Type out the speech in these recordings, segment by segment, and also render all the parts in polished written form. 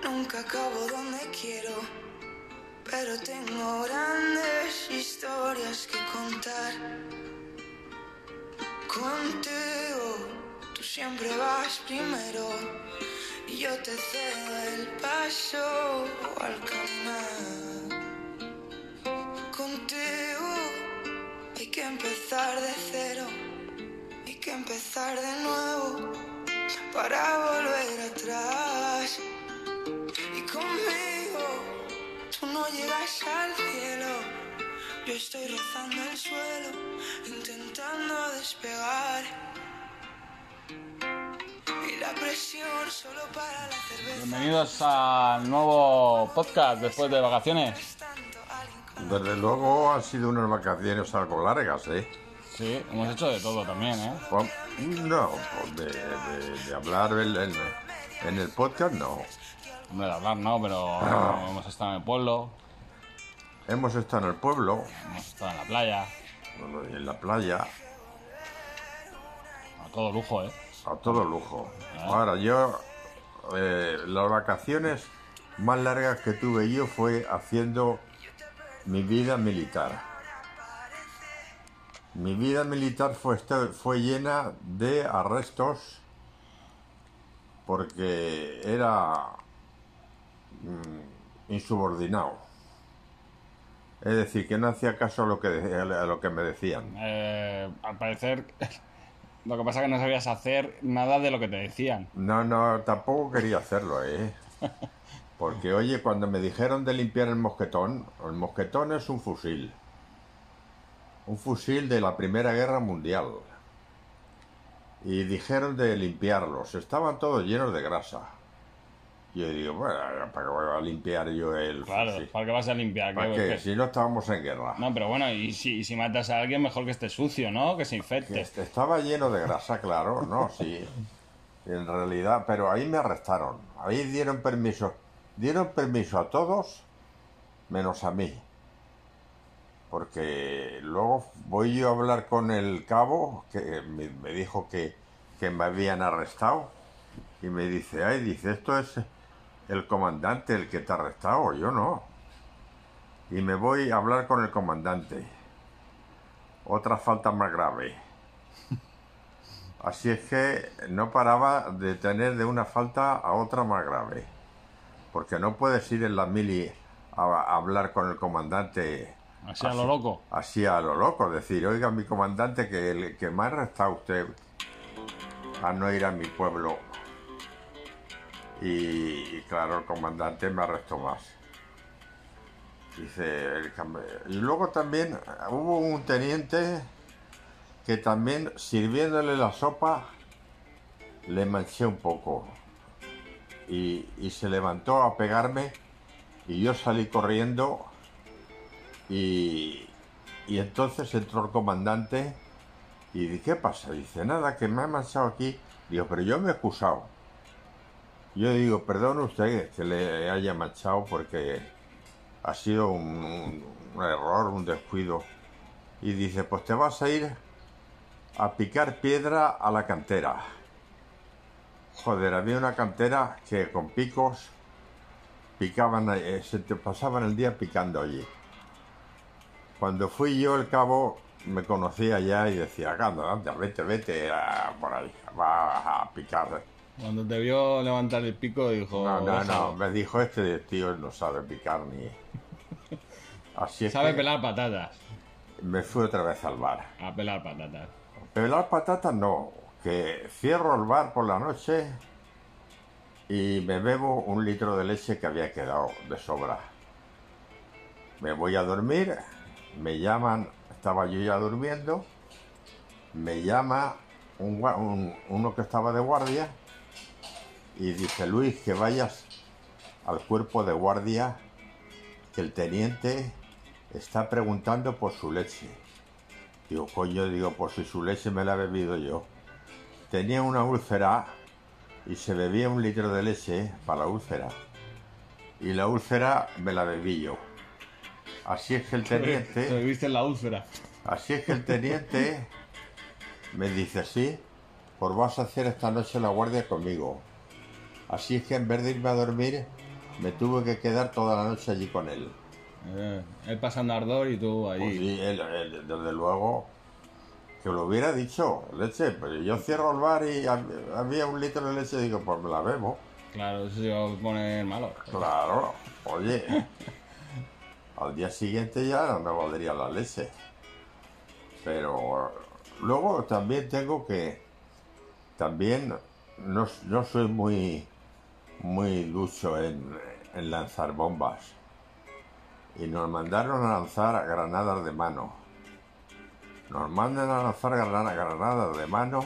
Nunca acabo donde quiero, pero tengo grandes historias que contar. Contigo, tú siempre vas primero y yo te cedo el paso al caminar. Contigo hay que empezar de cero, hay que empezar de nuevo para volver atrás. Y conmigo tú no llegas al cielo, yo estoy rozando el suelo, intentando despegar. Y la presión solo para la cerveza. Bienvenidos al nuevo podcast después de vacaciones. Desde luego han sido unas vacaciones algo largas, ¿eh? Sí, hemos hecho de todo también, ¿eh? No, de hablar en el podcast no. Hombre, de hablar no, pero hemos estado en el pueblo, Hemos estado en el pueblo, hemos estado en la playa, en la playa, a todo lujo, ¿eh? a todo lujo. Ahora yo, las vacaciones más largas que tuve yo fue haciendo mi vida militar. Mi vida militar fue llena de arrestos porque era insubordinado. Es decir, que no hacía caso a lo que me decían. Al parecer, lo que pasa es que no sabías hacer nada de lo que te decían. No, tampoco quería hacerlo, ¿eh? Porque, oye, cuando me dijeron de limpiar el mosquetón es un fusil de la Primera Guerra Mundial. Y dijeron de limpiarlos, estaban todos llenos de grasa. Yo digo, bueno, ¿para qué voy a limpiar yo el Claro, fusil? ¿para qué vas a limpiar? ¿Para qué? Si no estábamos en guerra. No, pero bueno, y si matas a alguien, mejor que esté sucio, ¿no? Que se infecte. Que estaba lleno de grasa, claro, ¿no? Sí. En realidad, pero ahí me arrestaron. Ahí dieron permiso a todos, menos a mí. Porque luego voy yo a hablar con el cabo, que me dijo que me habían arrestado, y me dice, esto es el comandante el que te ha arrestado, yo no. Y me voy a hablar con el comandante. Otra falta más grave. Así es que no paraba de tener de una falta a otra más grave. Porque no puedes ir en la mili a hablar con el comandante Así a lo loco. Así a lo loco, decir, oiga, mi comandante, que me ha arrestado usted a no ir a mi pueblo. Y claro, el comandante me arrestó más. Dice, y luego también hubo un teniente que también, sirviéndole la sopa, le manché un poco. Y se levantó a pegarme y yo salí corriendo y entonces entró el comandante y dije, ¿qué pasa? Dice, nada, que me ha manchado aquí. Digo, pero yo me he excusado. Yo digo, perdone usted que le haya manchado porque ha sido un error, un descuido. Y dice, pues te vas a ir a picar piedra a la cantera. Joder, había una cantera que con picos picaban, se te pasaban el día picando allí. Cuando fui yo, el cabo me conocía ya y decía, anda, vete por ahí, va a picar. Cuando te vio levantar el pico, dijo... No, me dijo, este tío no sabe picar ni... Así es Sabe que pelar patatas. me fui otra vez al bar. A pelar patatas. Pelar patatas no, que cierro el bar por la noche y me bebo 1 litro de leche que había quedado de sobra. Me voy a dormir, me llaman, estaba yo ya durmiendo, me llama uno que estaba de guardia y dice, Luis, que vayas al cuerpo de guardia, que el teniente está preguntando por su leche. Digo, coño, pues si su leche me la he bebido yo. Tenía una úlcera y se bebía 1 litro de leche para la úlcera. Y la úlcera me la bebí yo. Así es que el teniente... Te bebiste en la úlcera. Así es que el teniente me dice, sí, pues vas a hacer esta noche la guardia conmigo. Así es que en vez de irme a dormir, me tuve que quedar toda la noche allí con él. Él pasando ardor y tú Pues allí. sí, desde luego, que lo hubiera dicho, leche, pero yo cierro el bar y había 1 litro de leche, digo, pues me la bebo. Claro, eso se va a poner malo. Claro, oye, al día siguiente ya no me valdría la leche. Pero luego también tengo que, también no soy muy ducho en lanzar bombas. Y nos mandaron a lanzar granadas de mano. Nos mandan a lanzar granadas de mano.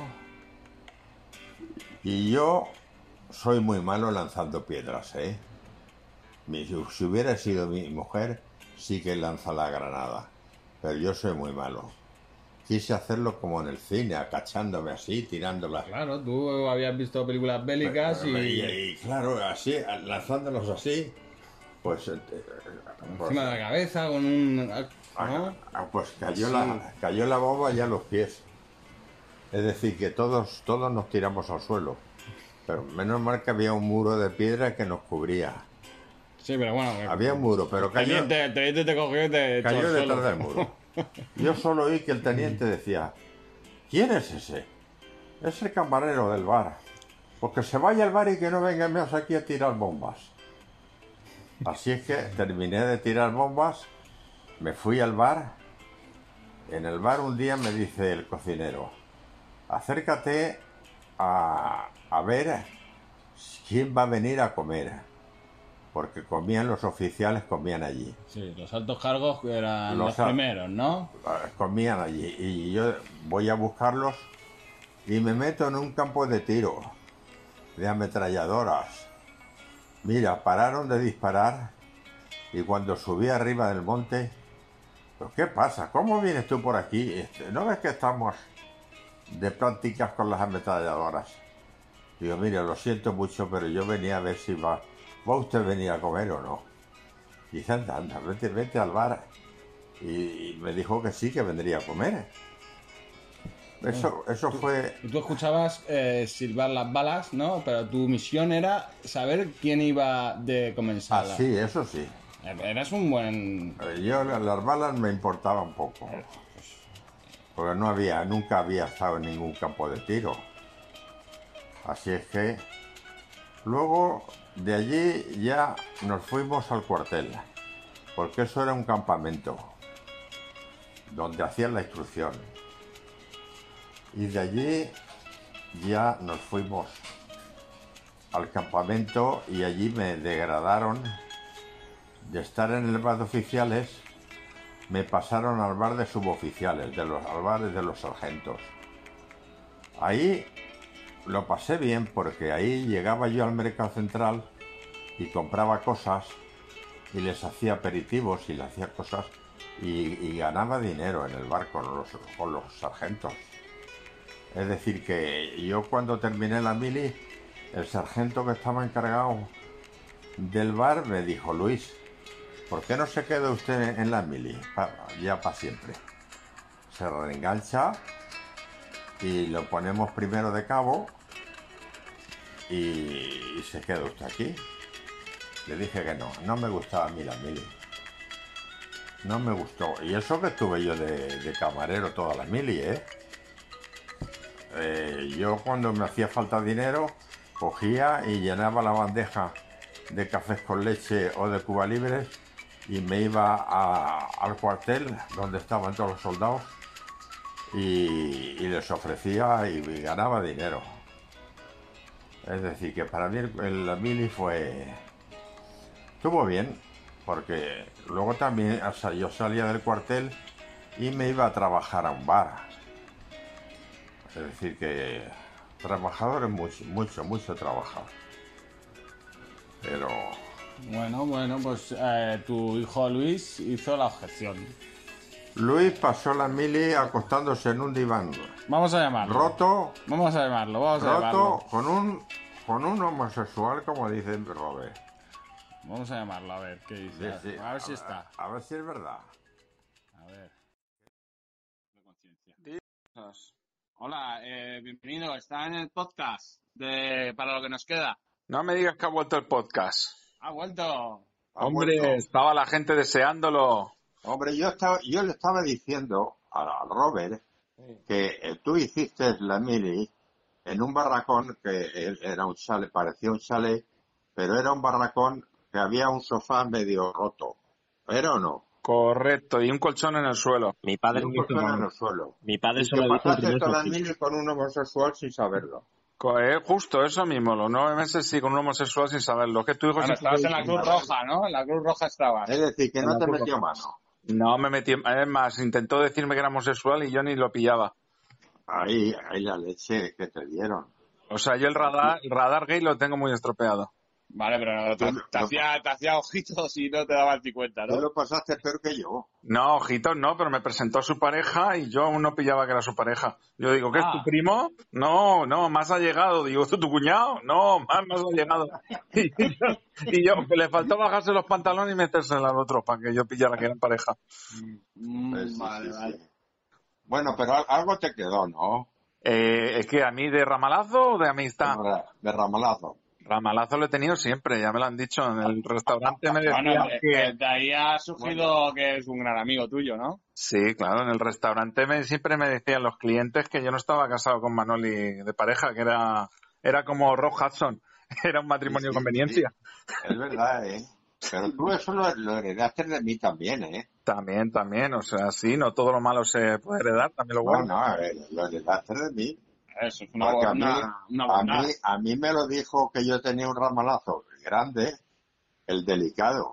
Y yo soy muy malo lanzando piedras, ¿eh? Si hubiera sido mi mujer, sí que lanza la granada. Pero yo soy muy malo. Quise hacerlo como en el cine, acachándome así, tirándolas. Claro, tú habías visto películas bélicas Y claro, así, lanzándolos así, pues encima de la cabeza con un... ¿no? pues cayó Sí. cayó la bomba ya a los pies. Es decir, que todos nos tiramos al suelo. Pero menos mal que había un muro de piedra que nos cubría. Sí, pero bueno... Había un muro, pero El cayó teniente te cogió y te echó al detrás suelo. del muro. Yo solo oí que el teniente decía, ¿quién es ese? Es el camarero del bar. Pues que se vaya al bar y que no venga más aquí a tirar bombas. Así es que terminé de tirar bombas, me fui al bar. En el bar un día me dice el cocinero, acércate a ver quién va a venir a comer. Porque los oficiales comían allí. Sí, los altos cargos eran los Los primeros, ¿no? Comían allí. Y yo voy a buscarlos y me meto en un campo de tiro, de ametralladoras. Mira, pararon de disparar y cuando subí arriba del monte, ¿pero qué pasa? ¿Cómo vienes tú por aquí? ¿No ves que estamos de prácticas con las ametralladoras? Digo, mira, lo siento mucho, pero yo venía a ver si va usted a venir a comer o no. Y dice, anda, vete al bar. Y me dijo que sí, que vendría a comer. Eso fue... Y tú escuchabas silbar las balas, ¿no? Pero tu misión era saber quién iba de comensal. sí, eso sí. Eras un buen... Yo las balas me importaban poco. Porque nunca había estado en ningún campo de tiro. Así es que luego de allí ya nos fuimos al cuartel. Porque eso era un campamento donde hacían la instrucción. Y de allí ya nos fuimos al campamento y allí me degradaron. De estar en el bar de oficiales, me pasaron al bar de suboficiales, al bar de los sargentos. Ahí lo pasé bien porque ahí llegaba yo al mercado central y compraba cosas y les hacía aperitivos y les hacía cosas y ganaba dinero en el bar con los sargentos. Es decir, que yo cuando terminé la mili, el sargento que estaba encargado del bar me dijo, Luis, ¿por qué no se queda usted en la mili ya para siempre? Se reengancha y lo ponemos primero de cabo y se queda usted aquí. Le dije que no me gustaba a mí la mili. No me gustó. Y eso que estuve yo de camarero toda la mili, ¿eh? Yo cuando me hacía falta dinero, cogía y llenaba la bandeja de cafés con leche o de Cuba Libres y me iba al cuartel donde estaban todos los soldados y les ofrecía y ganaba dinero. Es decir, que para mí la mili estuvo bien, porque luego también yo salía del cuartel y me iba a trabajar a un bar. Es decir, que trabajadores mucho trabajado. Pero... Bueno, pues tu hijo Luis hizo la objeción. Luis pasó la mili acostándose en un diván Vamos a llamarlo. roto, Vamos a llamarlo. con un homosexual, como dice Robert. Vamos a llamarlo, a ver qué dice. Sí, A ver si está. A ver si es verdad. A ver. Hola, bienvenido. Está en el podcast de Para lo que nos queda. No me digas que ha vuelto el podcast. Ha vuelto. Ha Hombre, vuelto. estaba la gente deseándolo. Hombre, yo le estaba diciendo a Robert que tú hiciste la mili en un barracón que era un chalet, parecía un chalet, pero era un barracón que había un sofá medio roto. ¿Era o no? Correcto, y un colchón en el suelo. Mi Y padre un me hizo colchón en con... el suelo. Mi padre Y se que lo dijo el pasaste primer toda la sofá. mili con un homosexual sin saberlo. Justo eso mismo, los 9 meses sí, con un homosexual sin saberlo. Que tu hijo Bueno, siempre estabas en la Cruz Roja, ¿no? En la Cruz Roja estabas. Es decir, que En no la te Cruz metió Roja. mano. No me metí, es más, intentó decirme que era homosexual y yo ni lo pillaba. Ahí la leche que te dieron. O sea, yo el radar gay lo tengo muy estropeado. Vale, pero te hacía ojitos y no te dabas ni cuenta, Tú ¿no? lo pasaste peor que yo. No, ojitos no, pero me presentó su pareja y yo aún no pillaba que era su pareja. Yo digo, ¿qué es tu primo? No, más allegado. Digo, ¿es tu cuñado? No, más allegado. Y yo, le faltó bajarse los pantalones y metérsela al otro para que yo pillara que eran pareja. Sí, Vale. sí. Bueno, pero algo te quedó, ¿no? ¿Es que a mí de ramalazo o de amistad? De ramalazo. Ramalazo lo he tenido siempre, ya me lo han dicho. En el restaurante me Bueno, decían que... de ahí ha surgido que es un gran amigo tuyo, ¿no? Sí, claro, en el restaurante siempre me decían los clientes que yo no estaba casado con Manoli de pareja, que era como Rock Hudson, era un matrimonio de conveniencia. Sí. Es verdad, ¿eh? Pero tú eso lo heredaste de mí también, ¿eh? También, o sea, sí, no todo lo malo se puede heredar, también lo bueno. No, lo heredaste de mí. Eso es una Porque bondad. a mí me lo dijo que yo tenía un ramalazo grande, el delicado.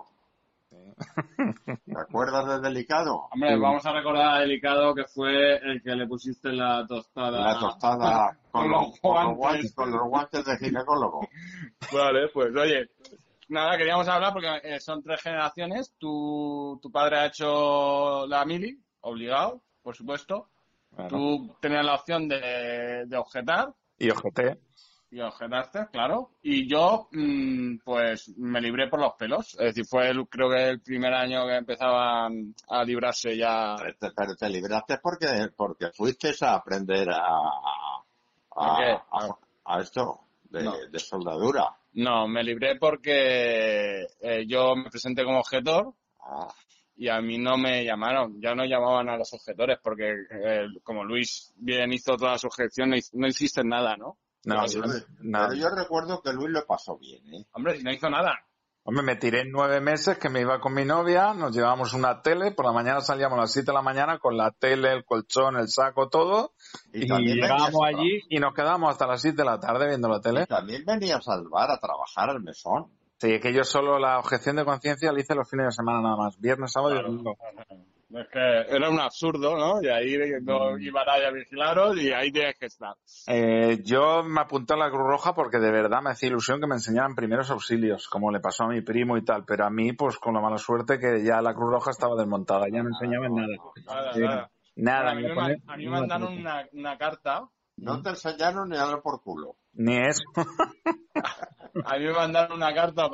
¿Te acuerdas del delicado? Hombre, vamos a recordar a Delicado, que fue el que le pusiste la tostada. La tostada con los guantes. guantes de ginecólogo. Vale, pues oye, nada, queríamos hablar porque son 3 generaciones. Tu padre ha hecho la mili, obligado, por supuesto. Bueno, Tú tenías la opción de objetar y ojeté. y objetaste, claro. Y yo, pues, me libré por los pelos. Es decir, creo que el primer año que empezaban a librarse ya. Pero te libraste porque fuiste a aprender a esto de soldadura. No, me libré porque yo me presenté como objetor. Ah, Y a mí no me llamaron, ya no llamaban a los objetores, porque como Luis bien hizo toda su objeción, no hiciste nada, ¿no? No, pero yo recuerdo que Luis lo pasó bien, ¿eh? Hombre, si no hizo nada. Hombre, me tiré en 9 meses que me iba con mi novia, nos llevábamos una tele, por la mañana salíamos a las 7 de la mañana con la tele, el colchón, el saco, todo, y llegábamos allí y nos quedábamos hasta las 7 de la tarde viendo la tele. Y también venías al bar a trabajar al mesón. Sí, es que yo solo la objeción de conciencia la hice los fines de semana nada más, viernes, sábado y domingo. Es que era un absurdo, ¿no? Y ahí no iban a vigilaros y ahí tienes que estar. Yo me apunté a la Cruz Roja porque de verdad me hacía ilusión que me enseñaran primeros auxilios, como le pasó a mi primo y tal, pero a mí, pues con la mala suerte que ya la Cruz Roja estaba desmontada, ya no enseñaban nada. Nada. Bueno, a mí me mandaron una carta. No te enseñaron ni a dar por culo. Ni eso. A mí me mandaron una carta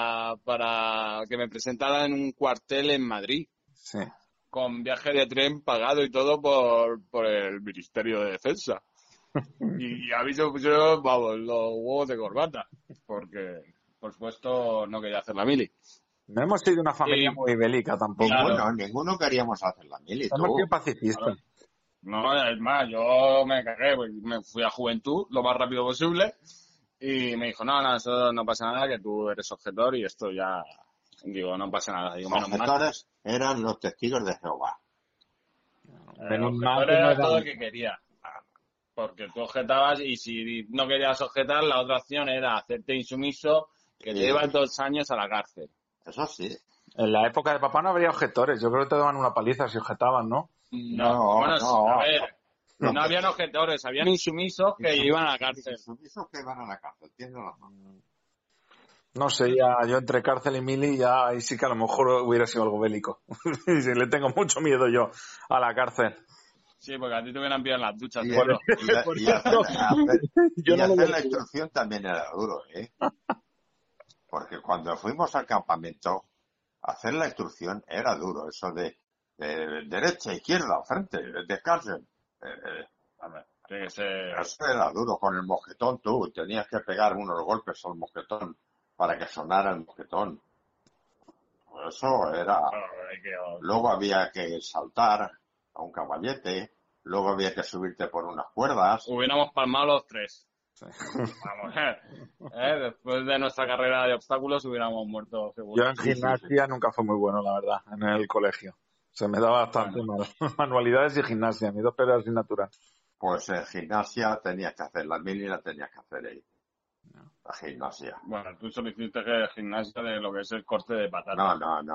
para que me presentara en un cuartel en Madrid. Sí. Con viaje de tren pagado y todo por el Ministerio de Defensa. Y aviso, pues yo, vamos, los huevos de corbata. Porque, por supuesto, no quería hacer la mili. No hemos sido una familia muy bélica tampoco. Claro. Ninguno queríamos hacer la mili. Hemos sido pacifistas. Claro. No, es más, yo me cagué, pues, me fui a Juventud lo más rápido posible y me dijo, no, eso no pasa nada, que tú eres objetor y esto ya, digo, no pasa nada. Digo, Los objetores eran los testigos de Jehová. El objetor era todo el que quería. Porque tú objetabas y si no querías objetar, la otra opción era hacerte insumiso, que te llevan 2 años a la cárcel. Eso sí. En la época de papá no habría objetores. Yo creo que te daban una paliza si objetaban, ¿no? No. A ver, no habían objetores, habían insumisos que iban a la cárcel. Insumisos que iban a la cárcel, tienes razón. No sé, ya yo entre cárcel y mili ya ahí sí que a lo mejor hubiera sido algo bélico. Le tengo mucho miedo yo a la cárcel. Sí, porque a ti te hubieran pillado en las duchas. Y Yo hacer la instrucción también era duro, ¿eh? Porque cuando fuimos al campamento, hacer la instrucción era duro. Eso de derecha, izquierda, frente, descansen. Eso era duro. Con el mosquetón tú tenías que pegar unos golpes al mosquetón para que sonara el mosquetón. Eso era. Luego había que saltar a un caballete, luego había que subirte por unas cuerdas. Hubiéramos palmado los 3. Sí. Vamos, después de nuestra carrera de obstáculos hubiéramos muerto seguro. Yo en gimnasia nunca fue muy bueno, la verdad, en el colegio. Se me daba bastante mal. Manualidades y gimnasia, mis 2 peores de asignatura. Pues en gimnasia tenías que hacer la mili y la tenías que hacer ahí. La gimnasia. Bueno, tú solo hiciste que gimnasia de lo que es el corte de patata. No,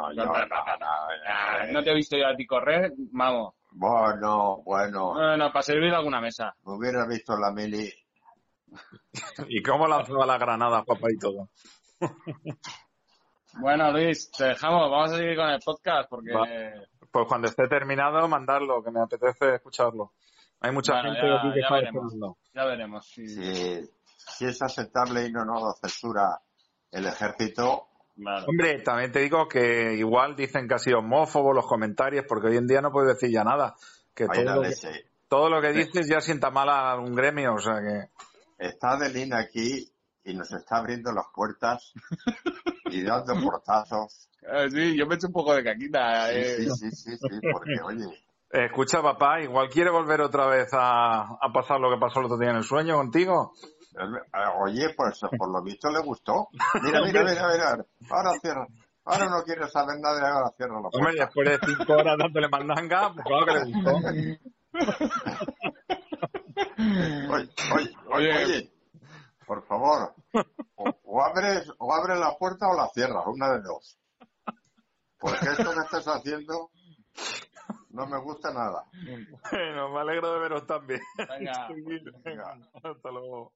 No te he visto yo a ti correr, vamos. Bueno. Bueno, para servir alguna mesa. Me hubiera visto la mili. ¿Y cómo lanzaba la granada, papá, y todo? Bueno, Luis, te dejamos. Vamos a seguir con el podcast porque... Pues cuando esté terminado, mandarlo, que me apetece escucharlo. Hay mucha gente aquí que está esperando. Ya veremos. Si es aceptable y no nos censura el ejército... Claro. Hombre, también te digo que igual dicen que ha sido homófobo los comentarios, porque hoy en día no puedes decir ya nada. Que todo lo que dices ya sienta mal a un gremio, o sea que... Está Adelina aquí y nos está abriendo las puertas y dando portazos. Sí, yo me echo un poco de caquita. Sí, porque oye... Escucha, papá, igual quiere volver otra vez a pasar lo que pasó el otro día en el sueño contigo. Oye, pues por lo visto le gustó. Mira. Ahora cierra. Ahora no quiere saber nada y ahora cierra la puerta. Hombre, después de 5 horas dándole mandanga, pues claro que le gustó. Oye, por favor, o abres la puerta o la cierras, una de dos. Porque esto que estás haciendo no me gusta nada. Bueno, me alegro de veros también. Venga. Hasta luego.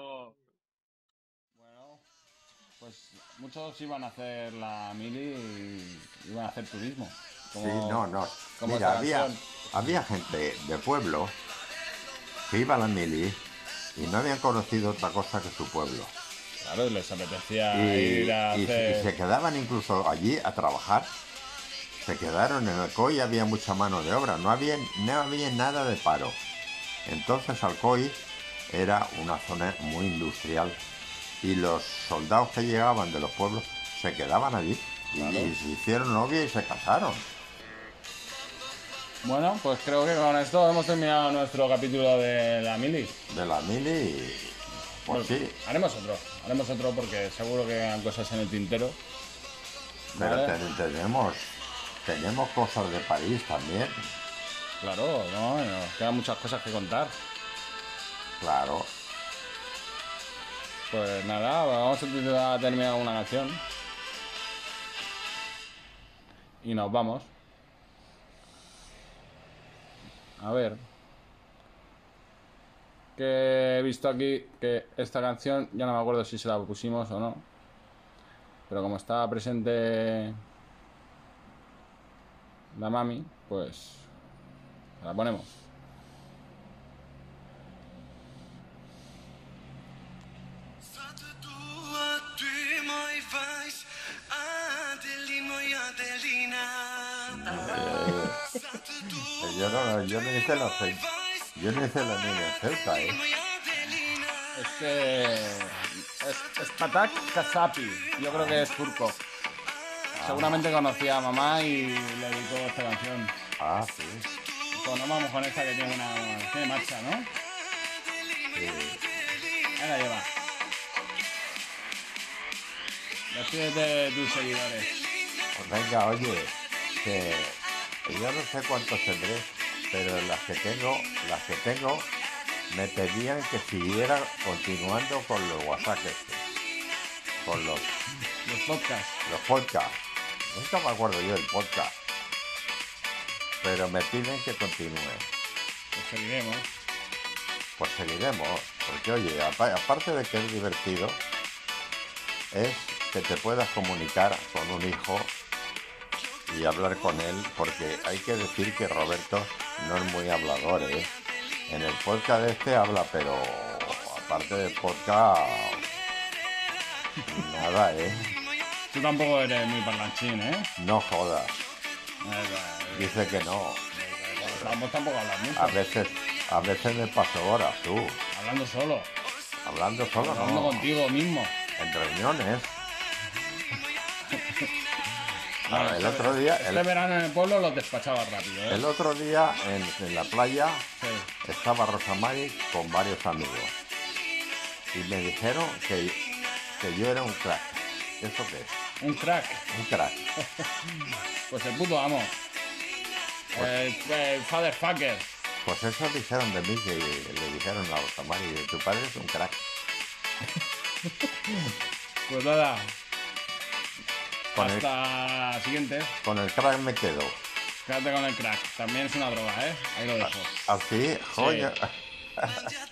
Bueno, pues muchos iban a hacer la mili y iban a hacer turismo. Mira, había gente de pueblo que iba a la mili y no habían conocido otra cosa que su pueblo. Claro, les apetecía ir a hacer... Y se quedaban incluso allí a trabajar. Se quedaron en Alcoy, había mucha mano de obra, no había nada de paro. Entonces Alcoy era una zona muy industrial y los soldados que llegaban de los pueblos se quedaban allí y se hicieron novia y se casaron. Bueno, pues creo que con esto hemos terminado nuestro capítulo de la mili. De la mili, pues sí. Haremos otro porque seguro que hay cosas en el tintero. Pero tenemos cosas de París también. Claro, nos quedan muchas cosas que contar. Claro. Pues nada, vamos a terminar una canción. Y nos vamos. A ver. Que he visto aquí que esta canción, ya no me acuerdo si se la pusimos o no. Pero como estaba presente la mami, pues la ponemos. Yo no hice la niña celta, Es Patak Kasapi, yo creo que es turco. Seguramente conocía a mamá y le dedicó esta canción. Ah, sí. Pues nos vamos con esta que tiene marcha, ¿no? Sí. Ahí la lleva. Despídete de tus seguidores. Pues venga, oye, que yo no sé cuántos tendré, pero las que tengo me pedían que siguiera continuando con los WhatsApp con los podcasts. Los podcasts. Nunca me acuerdo yo del podcast. Pero me piden que continúe. Pues seguiremos. Porque oye, aparte de que es divertido, es que te puedas comunicar con un hijo y hablar con él, porque hay que decir que Roberto no es muy hablador, ¿eh? En el podcast habla, pero aparte del podcast, nada, ¿eh? Tú tampoco eres muy parlanchín, ¿eh? No jodas. Dice que no. Vamos tampoco a hablar mucho. A veces me paso horas, tú. Hablando solo. Hablando contigo mismo. En reuniones. El otro día, Este verano en el pueblo los despachaba rápido, ¿eh? el otro día en la playa Sí. estaba Rosamari con varios amigos y me dijeron que yo era un crack. ¿Eso qué es? Un crack. Un crack. Pues el puto amo. El fatherfucker. Pues eso dijeron de mí, que le dijeron a Rosamari, tu padre es un crack. Pues nada. Con Hasta la siguiente. con el crack me quedo. Quédate con el crack. También es una droga, ¿eh? Ahí lo dejo. Así, joya. Ya